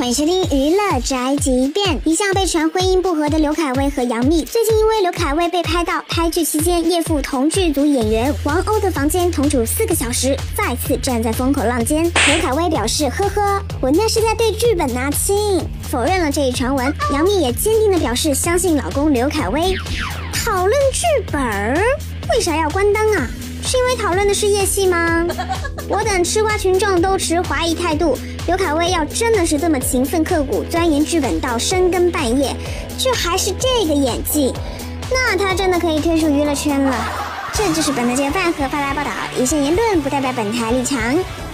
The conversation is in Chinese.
欢迎收听娱乐宅急便。一向被传婚姻不和的刘恺威和杨幂，最近因为刘恺威被拍到拍剧期间夜赴同剧组演员王鸥的房间同处4个小时，再次站在风口浪尖。刘恺威表示：“呵呵，我那是在对剧本啊，亲。”否认了这一传闻。杨幂也坚定地表示相信老公刘恺威。讨论剧本为啥要关灯啊？是因为讨论的是夜戏吗？我等吃瓜群众都持怀疑态度。刘恺威要真的是这么勤奋刻苦钻研剧本到深更半夜，却还是这个演技，那他真的可以退出娱乐圈了。这就是本台揭饭和发来报道，以上言论不代表本台立场。